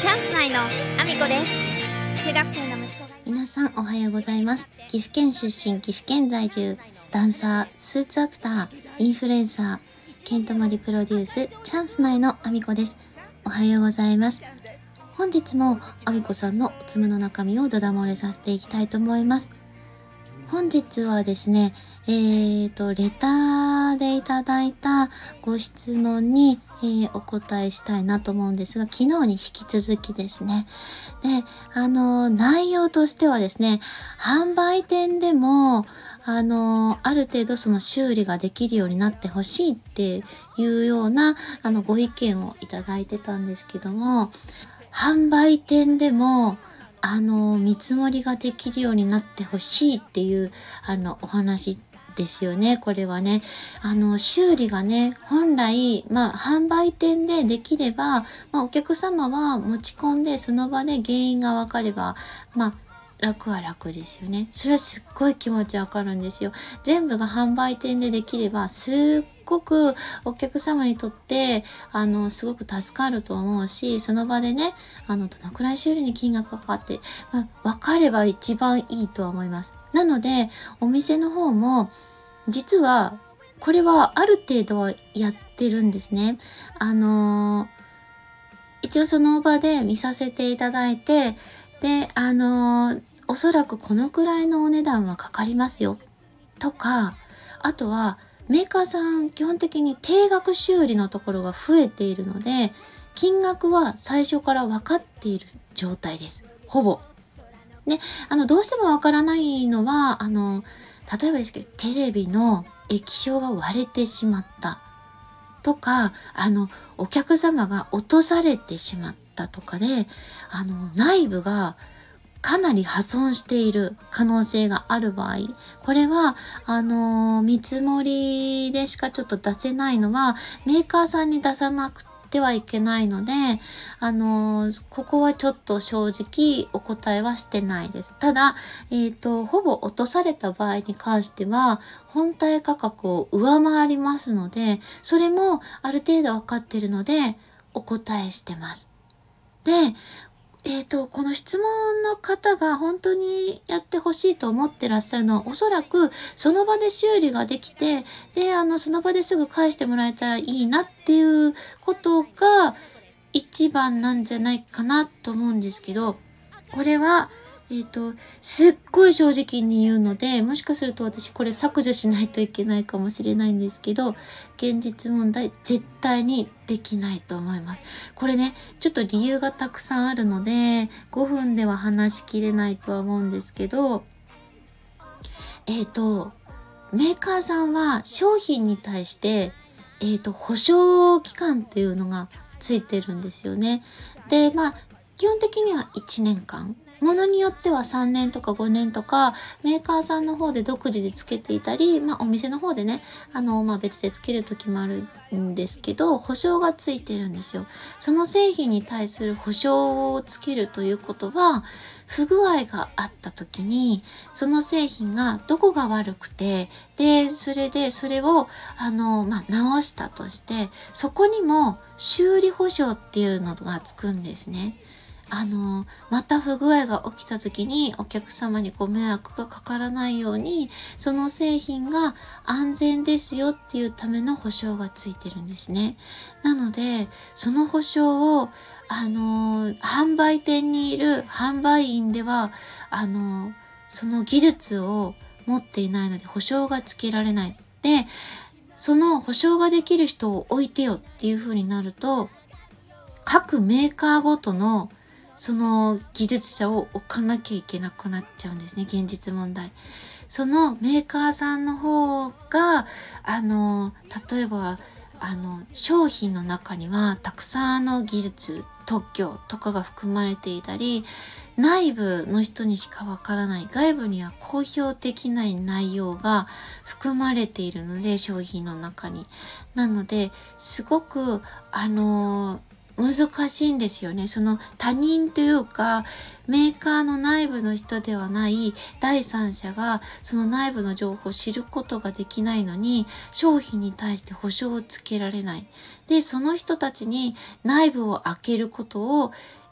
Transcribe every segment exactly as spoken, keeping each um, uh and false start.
チャンス内のアミコです。中学生の息子が皆さんおはようございます。岐阜県出身、岐阜県在住、ダンサー、スーツアクター、インフルエンサー、ケントモリプロデュース、チャンス内のアミコです。おはようございます。本日もアミコさんのおつむの中身をダダ漏れさせていきたいと思います。本日はですね、えーと、レターでいただいたご質問に、えー、お答えしたいなと思うんですが、昨日に引き続きですね。で、あの、内容としてはですね、販売店でも、あの、ある程度その修理ができるようになってほしいっていうような、あの、ご意見をいただいてたんですけども、販売店でも、あの、見積もりができるようになってほしいっていう、あの、お話ですよね。これはね。あの、修理がね、本来、まあ、販売店でできれば、まあ、お客様は持ち込んで、その場で原因がわかれば、まあ、楽は楽ですよね。それはすっごい気持ちわかるんですよ。全部が販売店でできれば、すっごくお客様にとって、あの、すごく助かると思うし、その場でね、あの、どのくらい修理に金額がかかって、まあ、わかれば一番いいとは思います。なので、お店の方も、実は、これはある程度はやってるんですね。あの、一応その場で見させていただいて、で、あの、おそらくこのくらいのお値段はかかりますよ。とか、あとは、メーカーさん基本的に定額修理のところが増えているので、金額は最初から分かっている状態です。ほぼ。で、あの、どうしても分からないのは、あの、例えばですけど、テレビの液晶が割れてしまった。とか、あの、お客様が落とされてしまったとかで、あの、内部がかなり破損している可能性がある場合、これは、あの、見積もりでしかちょっと出せないのは、メーカーさんに出さなくてはいけないので、あの、ここはちょっと正直お答えはしてないです。ただ、えっと、ほぼ落とされた場合に関しては、本体価格を上回りますので、それもある程度わかっているので、お答えしてます。で、えっと、この質問の方が本当にやってほしいと思ってらっしゃるのは、おそらくその場で修理ができて、で、あの、その場ですぐ返してもらえたらいいなっていうことが一番なんじゃないかなと思うんですけど、これは、えっと、すっごい正直に言うので、もしかすると私これ削除しないといけないかもしれないんですけど、現実問題絶対にできないと思います。これね、ちょっと理由がたくさんあるので、ごふんでは話しきれないとは思うんですけど、えっと、メーカーさんは商品に対して、えっと、保証期間っていうのがついてるんですよね。で、まあ、基本的にはいちねんかん。ものによってはさんねんとかごねんとか、メーカーさんの方で独自でつけていたり、まあお店の方でね、あの、まあ別でつける時もあるんですけど、保証がついてるんですよ。その製品に対する保証をつけるということは、不具合があった時に、その製品がどこが悪くて、で、それでそれを、あの、まあ直したとして、そこにも修理保証っていうのがつくんですね。あの、また不具合が起きた時にお客様にご迷惑がかからないように、その製品が安全ですよっていうための保証がついてるんですね。なので、その保証を、あの、販売店にいる販売員では、あの、その技術を持っていないので保証がつけられない。で、その保証ができる人を置いてよっていう風になると、各メーカーごとのその技術者を置かなきゃいけなくなっちゃうんですね、現実問題。そのメーカーさんの方が、あの、例えば、あの、商品の中にはたくさんの技術、特許とかが含まれていたり、内部の人にしかわからない、外部には公表できない内容が含まれているので、商品の中に。なので、すごく、あの、難しいんですよね。その他人というか、メーカーの内部の人ではない第三者がその内部の情報を知ることができないのに、商品に対して保証をつけられない。で、その人たちに内部を開けることを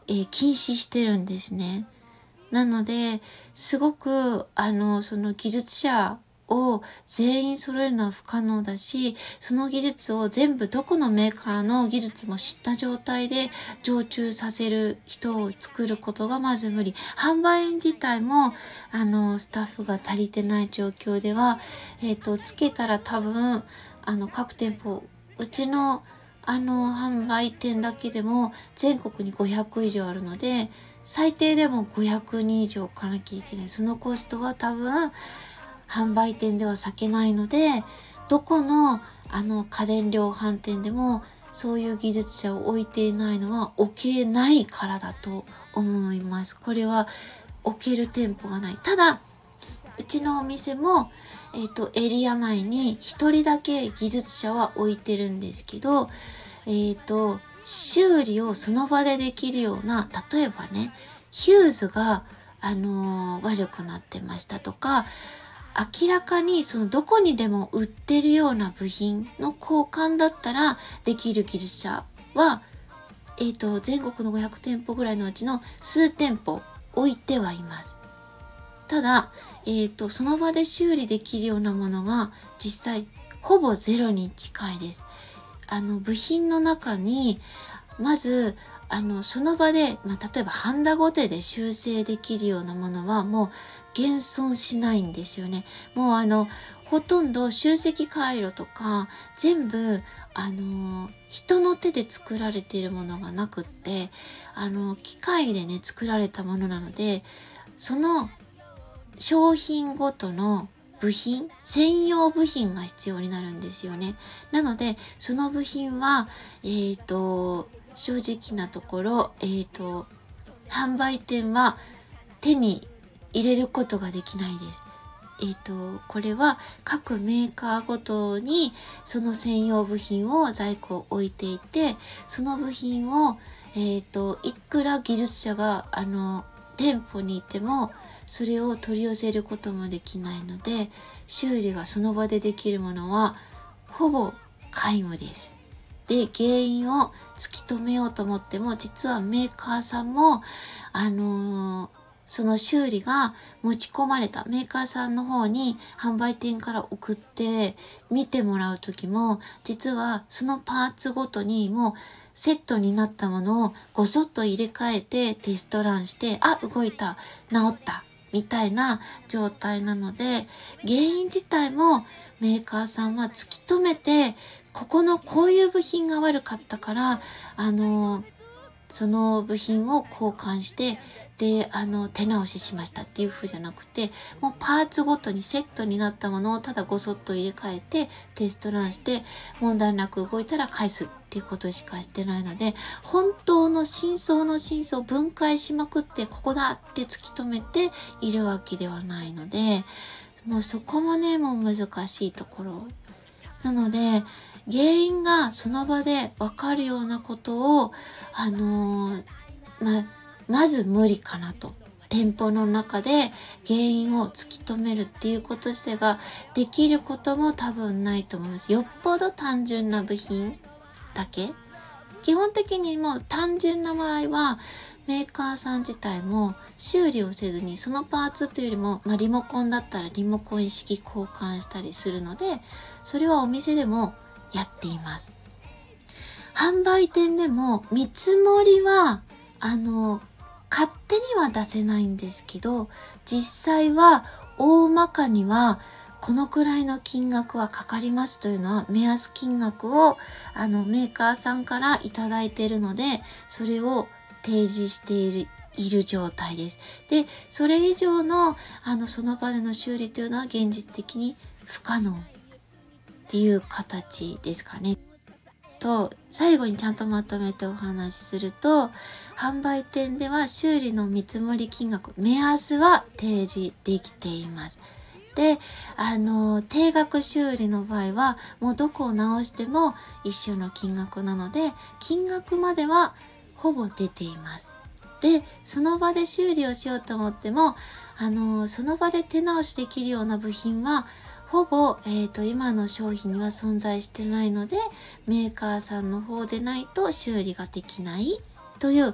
えー禁止してるんですね。なので、すごく、あの、その技術者を全員揃えるのは不可能だし、その技術を全部どこのメーカーの技術も知った状態で常駐させる人を作ることがまず無理。販売員自体も、あの、スタッフが足りてない状況では、えっと、つけたら多分、あの、各店舗、うちの、あの、販売店だけでも全国にごひゃく以上あるので、最低でもごひゃくにん以上置かなきゃいけない。そのコストは多分販売店では避けないので、どこのあの家電量販店でもそういう技術者を置いていないのは置けないからだと思います。これは置ける店舗がない。ただ、うちのお店も、えっと、エリア内に一人だけ技術者は置いてるんですけど、えっと、修理をその場でできるような、例えばね、ヒューズが、あのー悪くなってましたとか、明らかにそのどこにでも売ってるような部品の交換だったらできる技術者は、えっと、全国のごひゃく店舗ぐらいのうちの数店舗置いてはいます。ただ、えっと、その場で修理できるようなものが実際ほぼゼロに近いです。あの部品の中にまずあのその場で、まあ、例えばハンダゴテで修正できるようなものはもう現存しないんですよね。もうあのほとんど集積回路とか全部あの人の手で作られているものがなくって、あの機械でね作られたものなので、その商品ごとの部品、専用部品が必要になるんですよね。なので、その部品は、えっと、正直なところ、えっと、販売店は手に入れることができないです。えっと、これは各メーカーごとにその専用部品を在庫を置いていて、その部品を、えっと、いくら技術者が、あの、店舗にいても、それを取り寄せることもできないので、修理がその場でできるものはほぼ皆無です。で、原因を突き止めようと思っても、実はメーカーさんも、あのー、その修理が持ち込まれたメーカーさんの方に販売店から送って見てもらうときも、実はそのパーツごとにもうセットになったものをごそっと入れ替えてテストランして、あ、動いた、治った。みたいな状態なので、原因自体もメーカーさんは突き止めて、ここのこういう部品が悪かったから、あの、その部品を交換して、で、あの、手直ししましたっていう風じゃなくて、もうパーツごとにセットになったものをただごそっと入れ替えて、テストランして、問題なく動いたら返すっていうことしかしてないので、本当の真相の真相を分解しまくって、ここだって突き止めているわけではないので、もうそこもね、もう難しいところ。なので、原因がその場でわかるようなことを、あのー、ま、まず無理かなと。店舗の中で原因を突き止めるっていうこと自体ができることも多分ないと思います。よっぽど単純な部品だけ。基本的にもう単純な場合は、メーカーさん自体も修理をせずに、そのパーツというよりも、まあ、リモコンだったらリモコン式交換したりするので、それはお店でもやっています。販売店でも見積もりは、あの、勝手には出せないんですけど、実際は大まかにはこのくらいの金額はかかりますというのは目安金額をあのメーカーさんからいただいているので、それを提示しているいる状態です。で、それ以上のあのその場での修理というのは現実的に不可能っていう形ですかね。と、最後にちゃんとまとめてお話しすると、販売店では修理の見積もり金額、目安は提示できています。で、あの、定額修理の場合は、もうどこを直しても一緒の金額なので、金額まではほぼ出ています。で、その場で修理をしようと思っても、あの、その場で手直しできるような部品は、ほぼ、えーと、今の商品には存在してないので、メーカーさんの方でないと修理ができないという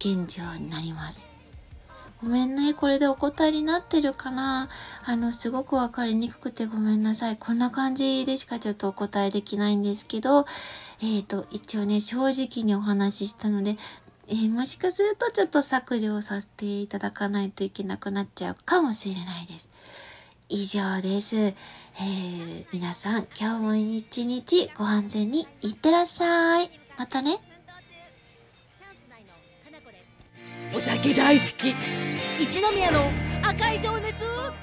現状になります。ごめんね、これでお答えになってるかな。あのすごくわかりにくくてごめんなさい。こんな感じでしかちょっとお答えできないんですけど、えっと一応ね正直にお話ししたので、えー、もしかするとちょっと削除をさせていただかないといけなくなっちゃうかもしれないです。以上です。えー、皆さん今日も一日ご安全にいってらっしゃい。またね。 お酒大好き一宮の赤い情熱